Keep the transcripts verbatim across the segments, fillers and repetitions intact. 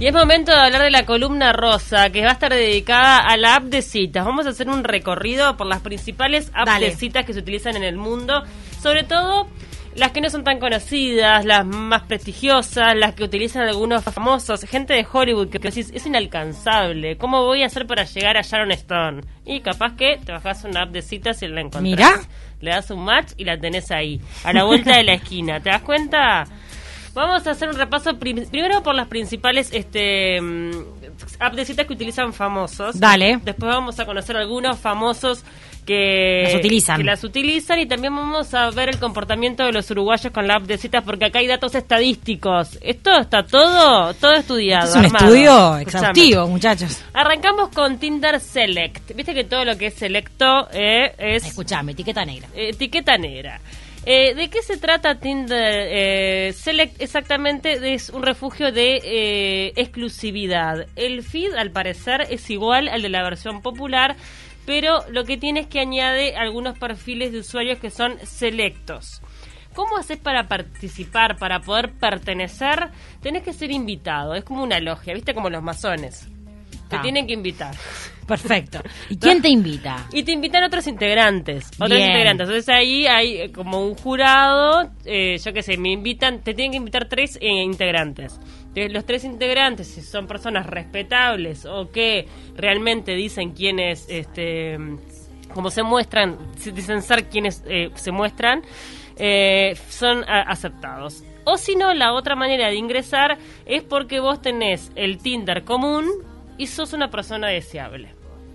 Y es momento de hablar de la columna rosa, que va a estar dedicada a la app de citas. Vamos a hacer un recorrido por las principales apps Dale. de citas que se utilizan en el mundo, sobre todo las que no son tan conocidas, las más prestigiosas, las que utilizan algunos famosos, gente de Hollywood que decís, es inalcanzable, ¿cómo voy a hacer para llegar a Sharon Stone? Y capaz que te bajás una app de citas y la encontrás. Mirá. Le das un match y la tenés ahí, a la vuelta de la esquina. ¿Te das cuenta? Vamos a hacer un repaso prim- primero por las principales este um, apps de citas que utilizan famosos. Dale. Después vamos a conocer algunos famosos que Las utilizan. que las utilizan y también vamos a ver el comportamiento de los uruguayos con la app de citas, porque acá hay datos estadísticos. Esto está todo todo estudiado. Es un armado. estudio Escuchame. exhaustivo, muchachos. Arrancamos con Tinder Select. Viste que todo lo que es selecto eh, es Escuchame, etiqueta negra. eh, etiqueta negra. Eh, ¿De qué se trata Tinder eh, Select? Exactamente, es un refugio de eh, exclusividad. El feed, al parecer, es igual al de la versión popular, pero lo que tiene es que añade algunos perfiles de usuarios que son selectos. ¿Cómo haces para participar, para poder pertenecer? Tenés que ser invitado, es como una logia, ¿viste? Como los masones. Te Ah. tienen que invitar. Perfecto. ¿Y quién te invita? Y te invitan otros integrantes, otros Bien. integrantes. Entonces ahí hay eh, como un jurado, eh, yo qué sé, me invitan, te tienen que invitar tres eh, integrantes. Entonces, los tres integrantes, si son personas respetables o que realmente dicen quiénes, este, como se muestran, si dicen ser quienes eh, se muestran, eh, son a- aceptados. O si no, la otra manera de ingresar es porque vos tenés el Tinder común y sos una persona deseable.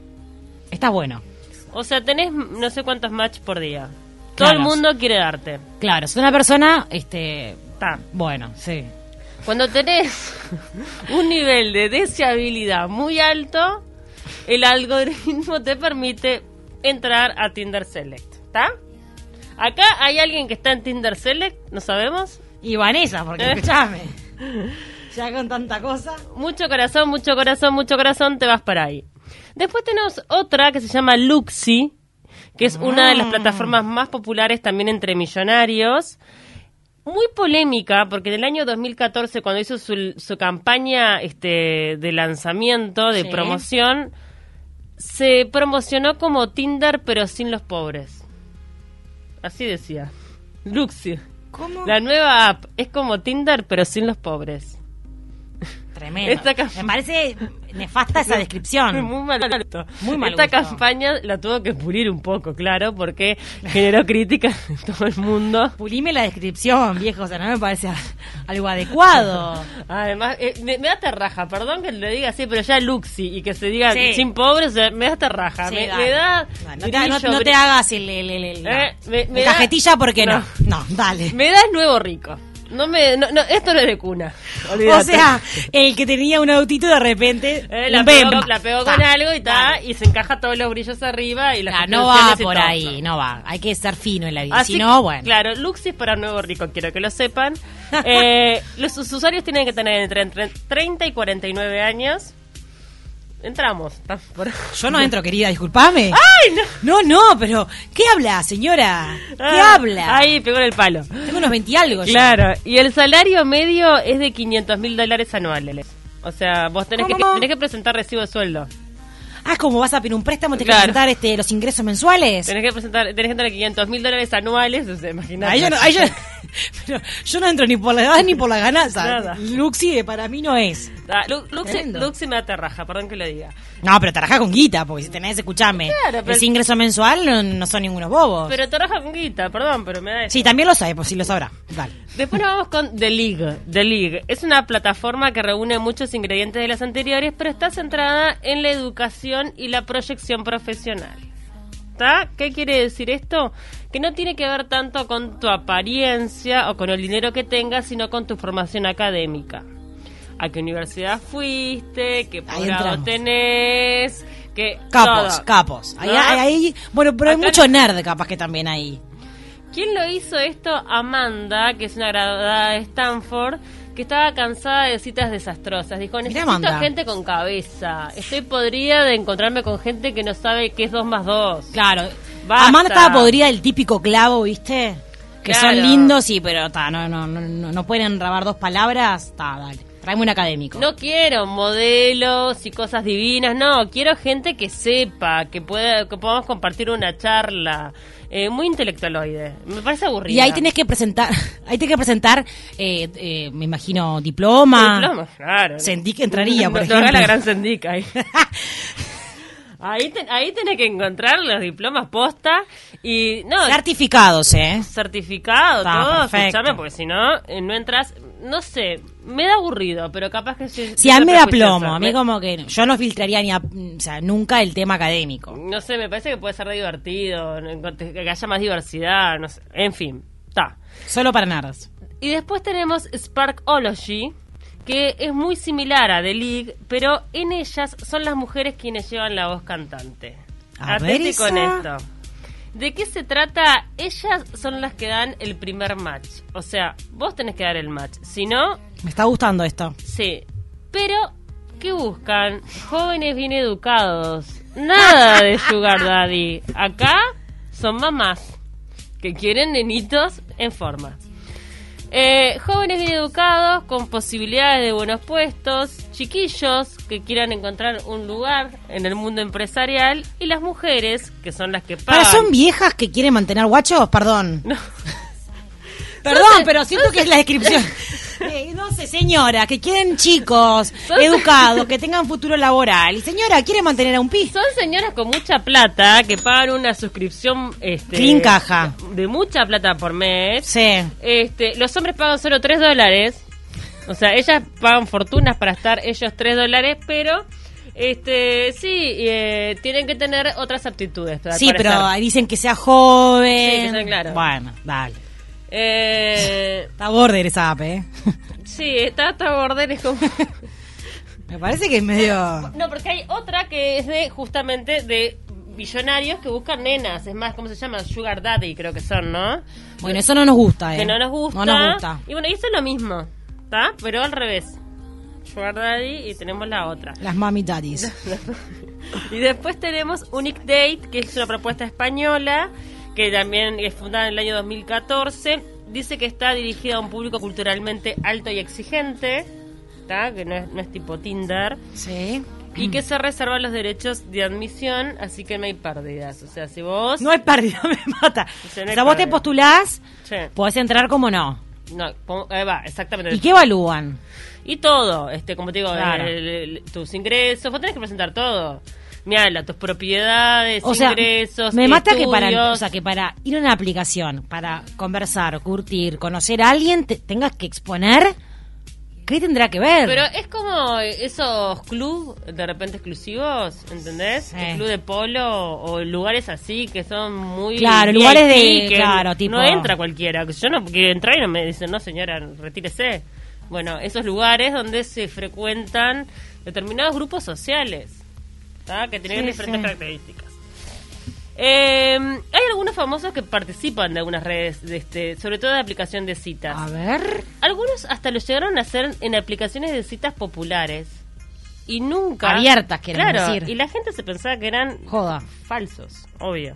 Está bueno. O sea, tenés no sé cuántos match por día. Todo Claro. el mundo quiere darte. Claro, es una persona, este, Ta. bueno, sí. Cuando tenés un nivel de deseabilidad muy alto, el algoritmo te permite entrar a Tinder Select. ¿Está? Acá hay alguien que está en Tinder Select, ¿no sabemos? Y Vanessa, porque Eh. escuchame. Ya con tanta cosa. Mucho corazón, mucho corazón, mucho corazón, te vas para ahí. Después tenemos otra que se llama Luxi, que es una de las plataformas más populares también entre millonarios. Muy polémica, porque en el año dos mil catorce, cuando hizo su, su campaña este, de lanzamiento, de Sí. promoción, se promocionó como Tinder, pero sin los pobres. Así decía. Luxi. ¿Cómo? La nueva app es como Tinder, pero sin los pobres. Tremendo. Esta cam- Me parece nefasta esa descripción. Muy mal gusto. Muy mal Esta gusto. campaña la tuvo que pulir un poco, claro, porque generó críticas en todo el mundo. Pulime la descripción, viejo, o sea, no me parece a- algo adecuado. Además, eh, me, me da terraja, perdón que le diga así, pero ya Luxi y que se diga Sí. sin pobres, o sea, me da terraja. Sí, me, dale. me da. No, no te, no- brillo, no te bri- hagas el, el, el- el- no. Eh, me- me El da- cajetilla porque no. No. No, dale. Me da nuevo rico. No me, no, no, esto no es de cuna. O Olvídate. sea, el que tenía un autito de repente Eh, la, un pegó, bem. la pegó Ta, con algo y ta, dale. y se encaja todos los brillos arriba y las Ah, no va extensiones y por todo. ahí, no va. Hay que ser fino en la vida. Así Si no, que, bueno. Claro, Luxi es para nuevo rico, quiero que lo sepan. Eh, los sus usuarios tienen que tener entre, entre treinta y cuarenta y nueve años. Entramos. ¿Está por- Yo no entro, querida, disculpame. ¡Ay, no! No, no, pero ¿qué habla, señora? ¿Qué Ah, habla? Ahí pegó en el palo. Tengo unos veinte y algo ya. Claro, y el salario medio es de quinientos mil dólares anuales. O sea, vos tenés que, ¿Cómo? tenés que presentar recibo de sueldo. Ah, como vas a pedir un préstamo, tenés Claro. que presentar este, los ingresos mensuales. Tenés que presentar, tenés que tener quinientos mil dólares anuales, o sea, imagínate. Ahí yo, no, ahí yo, pero yo no entro ni por la edad ni por la ganancia. Nada. Luxi para mí no es. Ah, Lu- Luxi, Tremendo. Luxi me da terraja, perdón que lo diga. No, pero trabaja con guita, porque si tenés, escuchame, Claro, pero- ese ingreso mensual no, no son ningunos bobos. Pero terraja con guita, perdón, pero me da eso. Sí, también lo sabe, pues sí lo sabrá. Dale. Después nos vamos con The League. The League es una plataforma que reúne muchos ingredientes de las anteriores, pero está centrada en la educación y la proyección profesional. ¿Está? ¿Qué quiere decir esto? Que no tiene que ver tanto con tu apariencia o con el dinero que tengas, sino con tu formación académica. ¿A qué universidad fuiste? ¿Qué Ahí posgrado entramos. tenés? ¿Qué Capos, todo. capos. Ahí, ¿No? ahí- ahí- bueno, pero hay Acá mucho no- nerd capaz que también ahí. ¿Quién lo hizo esto? Amanda, que es una graduada de Stanford, que estaba cansada de citas desastrosas. Dijo, Mirá, necesito Amanda. gente con cabeza. Estoy podrida de encontrarme con gente que no sabe qué es dos más dos. Claro. Basta. Amanda estaba podrida del típico clavo, ¿viste? que Claro. son lindos, sí, pero ta, no, no, no, no no pueden enrabar dos palabras, ta, dale. Tráeme un académico. No quiero modelos y cosas divinas, no, quiero gente que sepa, que pueda, que podamos compartir una charla, eh, muy intelectualoide, me parece aburrido. Y ahí tenés que presentar, ahí tenés que presentar, eh, eh, me imagino, diploma. Diploma, claro. Sentí que entraría, por No, no ejemplo. haga la gran sendica ahí. Ahí, te- ahí tenés que encontrar los diplomas posta y no Certificados, ¿eh? certificado, Está, todo, perfecto. escuchame, porque si no, eh, no entras, no sé, me da aburrido, pero capaz que sí. Sí, a mí me da prejuiciosa. plomo, a mí Me- como que yo no filtraría ni a, o sea, nunca el tema académico. No sé, me parece que puede ser divertido, que haya más diversidad, no sé, en fin, está. Solo para nerds. Y después tenemos Sparkology, que es muy similar a The League, pero en ellas son las mujeres quienes llevan la voz cantante. A Atente ver, con Isa. esto. ¿De qué se trata? Ellas son las que dan el primer match. O sea, vos tenés que dar el match. Si no, Me está gustando esto. sí. Pero, ¿qué buscan? Jóvenes bien educados. Nada de Sugar Daddy. Acá son mamás que quieren nenitos en forma. Eh, jóvenes bien educados, con posibilidades de buenos puestos, chiquillos que quieran encontrar un lugar en el mundo empresarial y las mujeres, que son las que pagan. ¿Para son viejas que quieren mantener guachos? Perdón. No. Perdón, Son- pero siento que es la descripción. Eh, no sé, señora, que quieren chicos, Son- educados, que tengan futuro laboral. Y señora, quiere mantener a un pi. Son señoras con mucha plata que pagan una suscripción este, Clean caja. de mucha plata por mes. Sí. Este, los hombres pagan solo tres dólares. O sea, ellas pagan fortunas para estar ellos tres dólares, pero este sí, eh, tienen que tener otras aptitudes. al Sí, pero parecer. ahí dicen que sea joven. Sí, que sea claro. Bueno, dale. Eh, Está border esa app, ¿eh? sí, está hasta border, es como... Me parece que es medio... No, porque hay otra que es de justamente de billonarios que buscan nenas. Es más, ¿cómo se llama? Sugar Daddy, creo que son, ¿no? Bueno, eso no nos gusta, ¿eh? Que no nos gusta. No nos gusta. Y bueno, y eso es lo mismo, ¿está? Pero al revés. Sugar Daddy y tenemos la otra. Las mami daddies. Y después tenemos Unique Date, que es una propuesta española, que también es fundada en el año dos mil catorce. Dice que está dirigida a un público culturalmente alto y exigente, ¿tá? Que no es, no es tipo Tinder, Sí. y que se reservan los derechos de admisión, así que no hay pérdidas. O sea, si vos... No hay pérdida, me mata. O O sea, no hay sea, vos te pérdida. postulás, Sí. podés entrar como no. No, pon- ahí va, exactamente. ¿Y qué evalúan? Y todo, este, como te digo, Claro. el- el- tus ingresos, vos tenés que presentar todo. Mira, tus propiedades, O sea, ingresos, me mata que para, estudios. o sea, que para ir a una aplicación, para conversar, curtir, conocer a alguien, te tengas que exponer. ¿Qué tendrá que ver? Pero es como esos club de repente exclusivos, ¿entendés? Sí. El club de polo o lugares así que son muy... Claro, V I P, lugares de- que claro, tipo- no entra cualquiera. Yo no quiero entrar y no me dicen, no señora, retírese. Bueno, esos lugares donde se frecuentan determinados grupos sociales, ¿tá? Que tienen Sí, diferentes sí. características. Eh, hay algunos famosos que participan de algunas redes, de este, sobre todo de aplicación de citas. A ver. Algunos hasta lo llegaron a hacer en aplicaciones de citas populares. Y nunca... Abiertas, queremos claro, decir. y la gente se pensaba que eran Joda. falsos, obvio.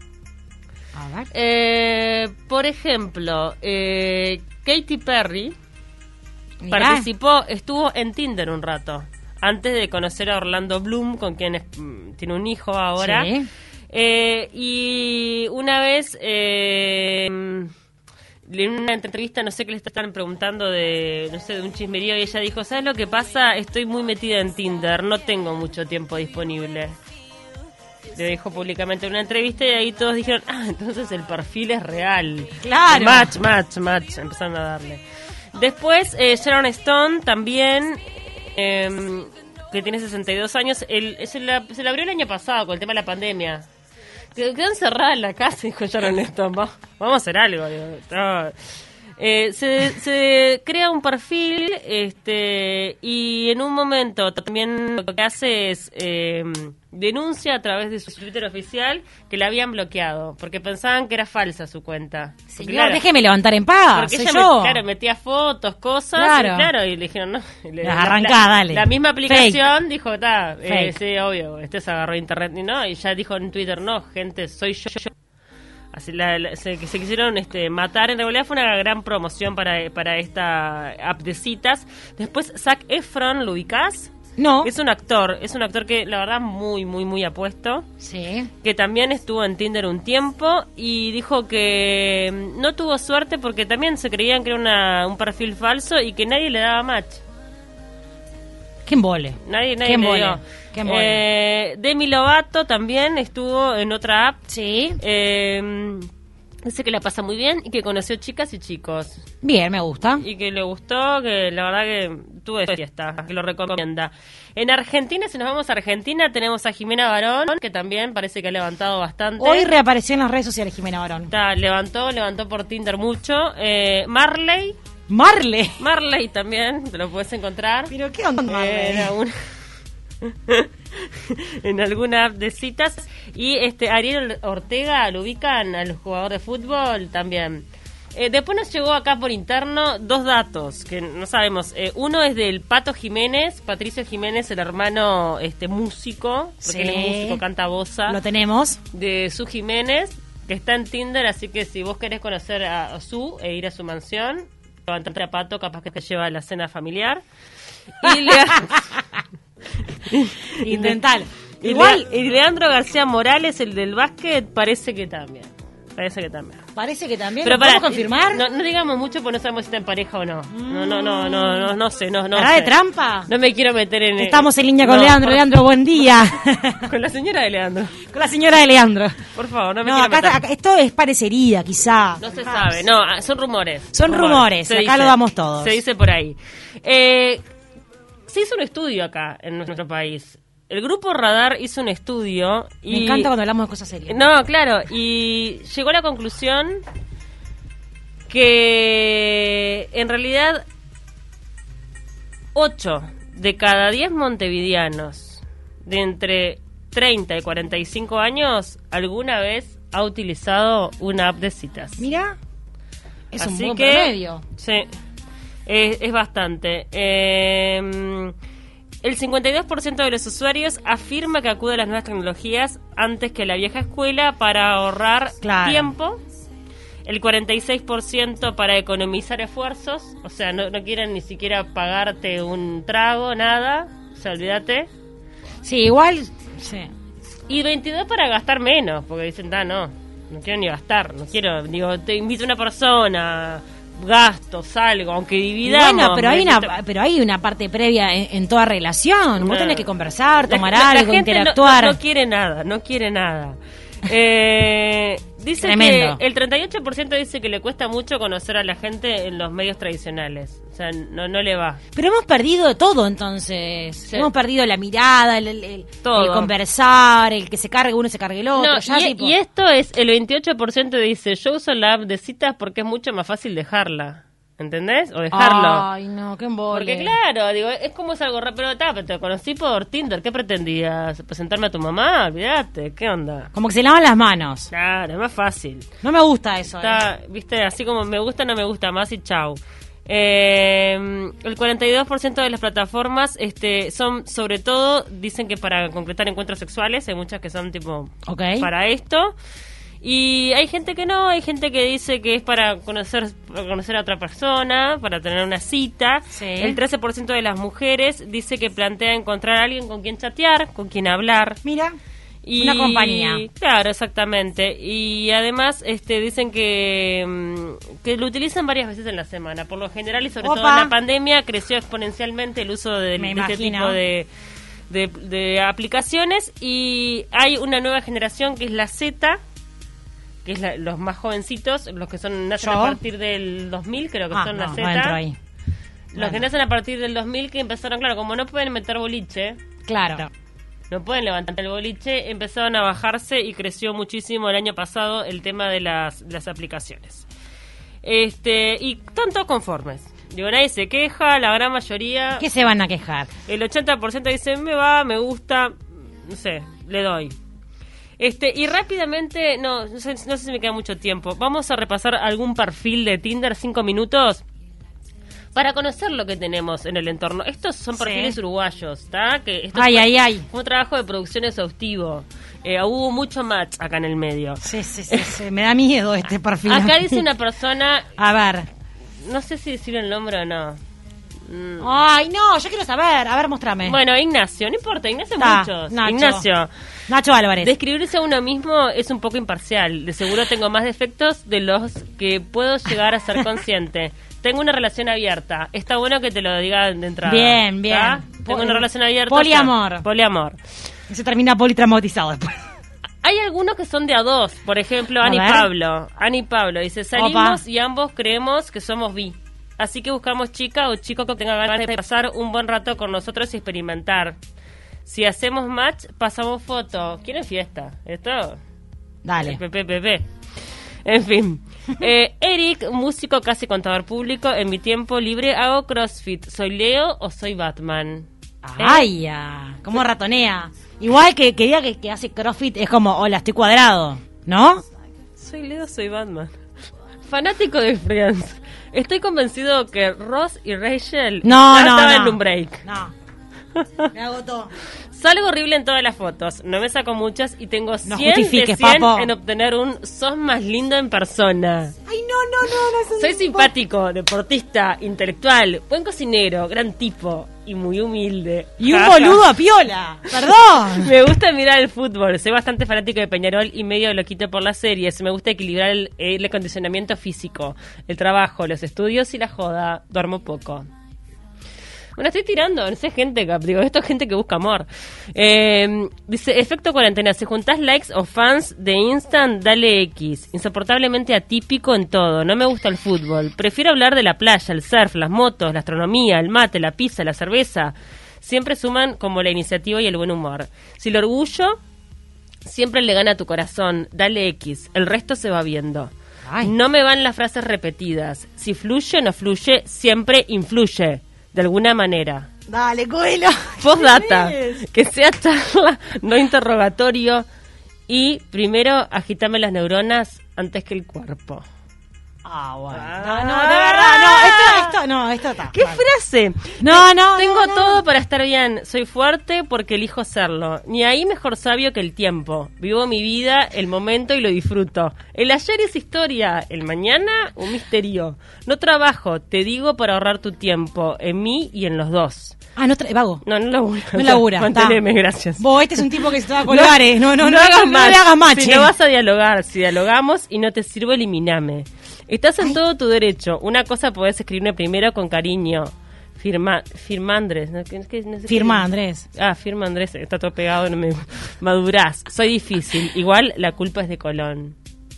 A ver. Eh, por ejemplo, eh, Katy Perry Mirá. participó, estuvo en Tinder un rato, antes de conocer a Orlando Bloom, con quien es- mm, tiene un hijo ahora. Sí. Eh, y una vez, eh, en una entrevista, no sé qué le estaban preguntando de, no sé, de un chismerío, y ella dijo, ¿sabes lo que pasa? Estoy muy metida en Tinder, no tengo mucho tiempo disponible. Le dijo públicamente en una entrevista y ahí todos dijeron, ah, entonces el perfil es real. Claro. Match, match, match, empezaron a darle. Después, eh, Sharon Stone también, eh, que tiene sesenta y dos años, él, se, la, se la abrió el año pasado con el tema de la pandemia. Quedó quedó encerrada en la casa, dijo Sharon Stone, "Va- vamos a hacer algo. Digo, no. Eh, se, se crea un perfil este y en un momento también lo que hace es eh, denuncia a través de su Twitter oficial que la habían bloqueado porque pensaban que era falsa su cuenta. Porque, Señor, claro, déjeme levantar en paz. porque soy ella yo. met- claro, metía fotos, cosas, Claro. y claro, y le dijeron, no. y le- Las la- arrancá, la, dale. La misma aplicación dijo, está, eh, Fake. sí, obvio, este se agarró internet y no, y ya dijo en Twitter, no, gente, soy yo. yo. Así la, la, se, que se quisieron este, matar. En realidad fue una gran promoción para, para esta app de citas. Después Zac Efron, ¿lo ubicás? No. Es un actor, es un actor que la verdad muy, muy, muy apuesto. Sí. Que también estuvo en Tinder un tiempo y dijo que no tuvo suerte porque también se creían que era una, un perfil falso y que nadie le daba match. ¿Qué embole? Nadie, nadie ¿Qué le embole? dio. ¿Qué embole? Eh, Demi Lovato también estuvo en otra app. Sí. Eh, dice que la pasa muy bien y que conoció chicas y chicos. Bien, me gusta. Y que le gustó, que la verdad que tuve fiesta, que lo recomienda. En Argentina, si nos vamos a Argentina, tenemos a Jimena Barón, que también parece que ha levantado bastante. Hoy reapareció en las redes sociales Jimena Barón. Está, levantó, levantó por Tinder mucho. Eh, Marley. Marley. Marley también, te lo puedes encontrar. ¿Pero qué onda, Marley? Era una... en alguna app de citas. Y este Ariel Ortega, lo ubican al jugador de fútbol también. Eh, después nos llegó acá por interno dos datos que no sabemos. Eh, uno es del Pato Jiménez, Patricio Jiménez, el hermano este músico, porque Sí. él es músico, canta bossa. Lo tenemos. De Su Jiménez, que está en Tinder, así que si vos querés conocer a, a Su e ir a su mansión, levantarte a Pato, capaz que te lleva a la cena familiar. Y le... Intentalo. Y Igual, Le- y Leandro García Morales, el del básquet, parece que también. Parece que también. parece que también. Pero ¿Lo podemos para, confirmar? No, no digamos mucho porque no sabemos si está en pareja o no. No, no, no, no, no, no sé, no, no ¿Hará sé. de trampa? No me quiero meter en... Estamos en línea con No, Leandro. por- Leandro, buen día. Con la señora de Leandro. Con la señora de Leandro. Por favor, no me No, quiero acá, meter. acá- esto es parecería, quizá. No se sabe, no, ah, son rumores. Son rumores, Se acá lo damos todos. Se dice por ahí. Eh, se hizo un estudio acá en nuestro país. El grupo Radar hizo un estudio y... Me encanta cuando hablamos de cosas serias. No, claro, y llegó a la conclusión que en realidad ocho de cada diez montevideanos de entre treinta y cuarenta y cinco años alguna vez ha utilizado una app de citas. Mira, es un Así buen que, promedio. Sí, es, es bastante. Eh, el cincuenta y dos por ciento de los usuarios afirma que acude a las nuevas tecnologías antes que la vieja escuela para ahorrar Claro. tiempo. El cuarenta y seis por ciento para economizar esfuerzos. O sea, no, no quieren ni siquiera pagarte un trago, nada. O sea, olvídate. Sí, igual, sí. Y veintidós para gastar menos, porque dicen, ah, no, no quiero ni gastar, no quiero, digo, te invito a una persona, gasto, salgo, aunque Y dividamos. bueno, pero hay me- una pero hay una parte previa en, en toda relación. Vos No. tenés que conversar, La- tomar la- la algo, gente no- interactuar. No, no quiere nada, no quiere nada. Eh, dice Tremendo. que el treinta y ocho por ciento dice que le cuesta mucho conocer a la gente en los medios tradicionales. O sea, no, no le va. Pero hemos perdido todo entonces. Sí. Hemos perdido la mirada, el, el- el- Todo. el conversar, el que se cargue uno, se cargue el otro. No, ya y, tipo- y esto es, el veintiocho por ciento dice, yo uso la app de citas porque es mucho más fácil dejarla. ¿Entendés? O dejarlo. Ay, no, qué embole. Porque claro, digo, es como es algo re, pero, ta, pero te conocí por Tinder, ¿qué pretendías? ¿Presentarme a tu mamá? Olvídate, ¿qué onda? Como que se lavan las manos. Claro, es más fácil. No me gusta eso. eh. Está, viste, así como me gusta, no me gusta más y chau. Eh, el cuarenta y dos por ciento de las plataformas este, son, sobre todo, dicen que para concretar encuentros sexuales, hay muchas que son tipo Ok. para esto. Y hay gente que no, hay gente que dice que es para conocer, para conocer a otra persona, para tener una cita. Sí. El trece por ciento de las mujeres dice que plantea encontrar a alguien con quien chatear, con quien hablar. Mira, Y, una compañía. Claro, exactamente. Y además este, dicen que, mm, que lo utilizan varias veces en la semana. Por lo general y sobre Opa. todo en la pandemia creció exponencialmente el uso de, Me de este imagino. tipo de, de, de aplicaciones. Y hay una nueva generación que es la Z, que es la- los más jovencitos, los que son nacen ¿Yo? a partir del dos mil, creo que Ah, son no, la no Z. entro ahí. Los Bueno. que nacen a partir del dos mil, que empezaron, claro, como no pueden meter boliche, Claro. no pueden levantar el boliche, empezaron a bajarse y creció muchísimo el año pasado el tema de las, las aplicaciones. Este, y están todos conformes. Digo, nadie se queja, la gran mayoría, ¿Qué se van a quejar? el ochenta por ciento dice, me va, me gusta, no sé, le doy. Este, y rápidamente, no, no sé, no sé si me queda mucho tiempo, vamos a repasar algún perfil de Tinder, cinco minutos. para conocer lo que tenemos en el entorno. Estos son perfiles sí. uruguayos, ¿está? Que esto ay, fue, ay, ay. fue un trabajo de producción exhaustivo. Eh, hubo mucho match acá en el medio. Sí, sí, sí, sí. Me da miedo este perfil. Acá dice una persona... A ver. No sé si decir el nombre o no. Mm. Ay, no, yo quiero saber. A ver, mostrame. Bueno, Ignacio, no importa, Ignacio Ta, muchos. Nacho. Ignacio. Nacho Álvarez. Describirse a uno mismo es un poco imparcial. De seguro tengo más defectos de los que puedo llegar a ser consciente. Tengo una relación abierta. Está bueno que te lo diga de entrada. Bien, bien. ¿Tá? Tengo una relación abierta. Poliamor. Ya. Poliamor. Y se termina politraumatizado después. Hay algunos que son de a dos. Por ejemplo, Ani Pablo. Ani Pablo dice, salimos Opa. y ambos creemos que somos bi. Así que buscamos chica o chico que tenga ganas de pasar un buen rato con nosotros y experimentar. Si hacemos match, pasamos foto. ¿Quieren fiesta? ¿Esto? Dale. P P P P. En fin. Eh, Eric, músico casi contador público. En mi tiempo libre hago CrossFit. ¿Soy Leo o soy Batman? Ay, ¿Eh? ¿Cómo ratonea? Igual que, que diga que, que hace CrossFit es como, hola, estoy cuadrado, ¿no? Soy Leo, soy Batman. Fanático de Friends. Estoy convencido que Ross y Rachel no, no, estaban no. en un break. No. Me agotó. Salgo horrible en todas las fotos. No me saco muchas y tengo cien no de cien papo. en obtener un sos más lindo en persona. Ay, no, no, no. no Soy simpático, deportista, intelectual, buen cocinero, gran tipo y muy humilde. Y un boludo a piola. Perdón. Me gusta mirar el fútbol. Soy bastante fanático de Peñarol y medio loquito por las series. Me gusta equilibrar el, el acondicionamiento físico, el trabajo, los estudios y la joda. Duermo poco. Bueno, estoy tirando, no sé, gente, digo, esto es gente que busca amor. Eh, dice, efecto cuarentena, si juntás likes o fans de Instant, dale X. Insoportablemente atípico en todo, no me gusta el fútbol. Prefiero hablar de la playa, el surf, las motos, la astronomía, el mate, la pizza, la cerveza. Siempre suman como la iniciativa y el buen humor. Si el orgullo siempre le gana a tu corazón, dale X, el resto se va viendo. Ay. No me van las frases repetidas. Si fluye o no fluye, siempre influye. De alguna manera. Dale, Coelho. Postdata. Que sea charla, no interrogatorio. Y primero, agitame las neuronas antes que el cuerpo. Ah, bueno. No, no, de verdad, no. Esto, esto, no, esto está. ¿Qué vale. frase? No, no. Tengo no, no. todo para estar bien. Soy fuerte porque elijo serlo. Ni ahí mejor sabio que el tiempo. Vivo mi vida, el momento y lo disfruto. El ayer es historia, el mañana un misterio. No trabajo, te digo, para ahorrar tu tiempo. En mí y en los dos. Ah, no, tra- vago. No, no labura. No labura. Manteneme, gracias. Vos, este es un tipo que se te va a colgar, no, eh. No, no, no, no, hagas no, match. no le hagas match. Si eh. no vas a dialogar, si dialogamos y no te sirvo, eliminame. Estás en Ay. todo tu derecho. Una cosa podés escribirme primero con cariño. Firma, firma Andrés. ¿No? ¿Qué, qué, no sé firma qué? Andrés. Ah, firma Andrés. Está todo pegado, no me madurás. Soy difícil. Igual la culpa es de Colón.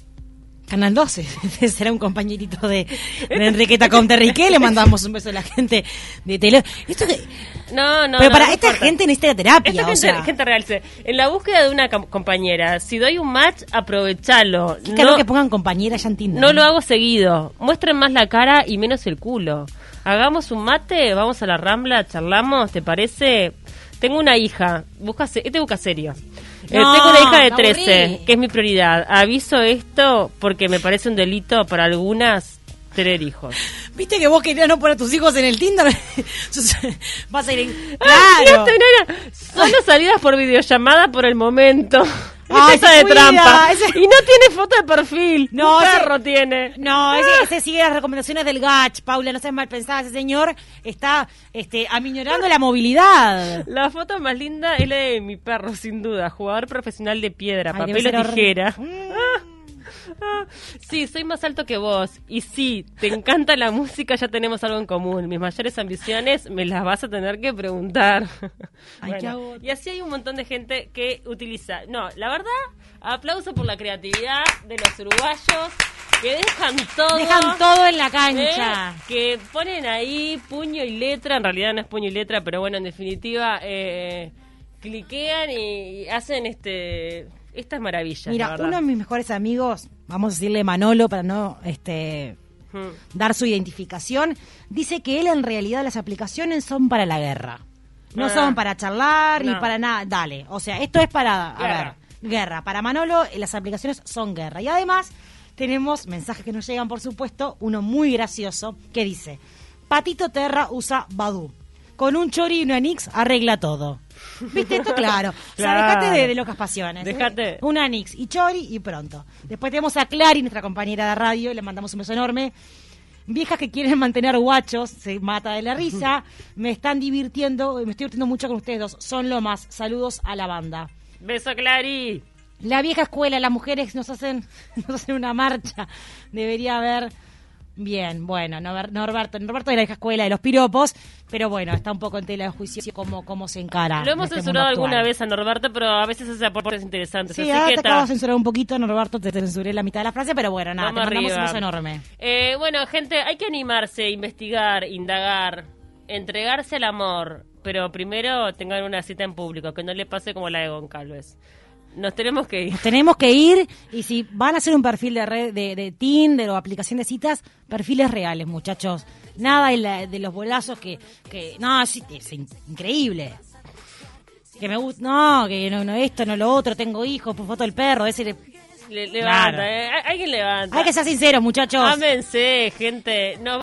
Canal doce, será un compañerito de, de Enriqueta Conterrique. Le mandamos un beso a la gente de tele. Esto que... No, no, Pero no, para no esta importa. gente necesita terapia. Esta o gente, sea. gente real. En la búsqueda de una compañera, si doy un match, aprovechalo. Claro no, que pongan compañera, ya entiendo. No, no lo hago seguido. Muestren más la cara y menos el culo. Hagamos un mate, vamos a la Rambla, charlamos, ¿te parece? Tengo una hija, busca, este busca serio. Eh, No, tengo una hija de me trece, aburrí. que es mi prioridad. Aviso esto porque me parece un delito para algunas tener hijos. ¿Viste que vos querías no poner a tus hijos en el Tinder? Vas a ir en... Ah, ¡Claro! y esto, nena, solo salidas por videollamada por el momento. Ay, Esa se de cuida, trampa. ese- Y no tiene foto de perfil. No, Un ese- perro tiene. No, ese, ese sigue las recomendaciones del G A C H, Paula, no seas mal pensada, ese señor está este, aminorando la movilidad. La foto más linda es la de mi perro, sin duda. Jugador profesional de piedra, Ay, papel debe o ser tijera. horrible. Ah, ah. Sí, soy más alto que vos. Y sí, te encanta la música, ya tenemos algo en común. Mis mayores ambiciones me las vas a tener que preguntar. Ay, qué Bueno, agotador. y así hay un montón de gente que utiliza. No, la verdad, aplauso por la creatividad de los uruguayos que dejan todo. Dejan todo en la cancha. ¿Eh? Que ponen ahí puño y letra, en realidad no es puño y letra, pero bueno, en definitiva, eh, cliquean y, y hacen este estas maravillas. Mira, la verdad. uno de mis mejores amigos, vamos a decirle Manolo para no este Hmm. dar su identificación, dice que él en realidad las aplicaciones son para la guerra. No Ah. son para charlar ni No. para nada. Dale, o sea, esto es para, a Guerra. ver, guerra. Para Manolo eh, las aplicaciones son guerra. Y además tenemos mensajes que nos llegan, por supuesto, uno muy gracioso que dice: Patito Terra usa Badoo. Con un chori y una Nix arregla todo. ¿Viste esto? Claro. Claro. O sea, dejate de, de locas pasiones. Dejate. Una Nix y chori y pronto. Después tenemos a Clary, nuestra compañera de radio, y le mandamos un beso enorme. Viejas que quieren mantener guachos, se mata de la risa. Me están divirtiendo, me estoy divirtiendo mucho con ustedes dos. Son lo más. Saludos a la banda. Beso, Clary. La vieja escuela, las mujeres nos hacen, nos hacen una marcha. Debería haber... Bien, bueno, Nor- Norberto, Norberto de la vieja escuela de los piropos, pero bueno, está un poco en tela de juicio cómo, cómo se encara. Lo hemos este censurado mundo alguna actual. vez a Norberto, pero a veces hace aportes interesantes. Sí, así ahora que te ta. acabo de censurar un poquito, Norberto, te censuré la mitad de la frase, pero bueno, nada, Vamos te mandamos arriba. un beso enorme. Eh, bueno, gente, hay que animarse, investigar, indagar, entregarse al amor, pero primero tengan una cita en público, que no le pase como la de Goncalves. Nos tenemos que ir. Nos tenemos que ir, y si van a hacer un perfil de red de, de Tinder o aplicación de citas, perfiles reales, muchachos. Nada de, la- de los bolazos que, que no, es, es in- increíble. Que me gusta, no, que no, no esto, no lo otro, tengo hijos, por foto del perro, ese le- Le- levanta, Claro. eh. Alguien levanta. Hay que ser sinceros, muchachos. Ámense, gente. No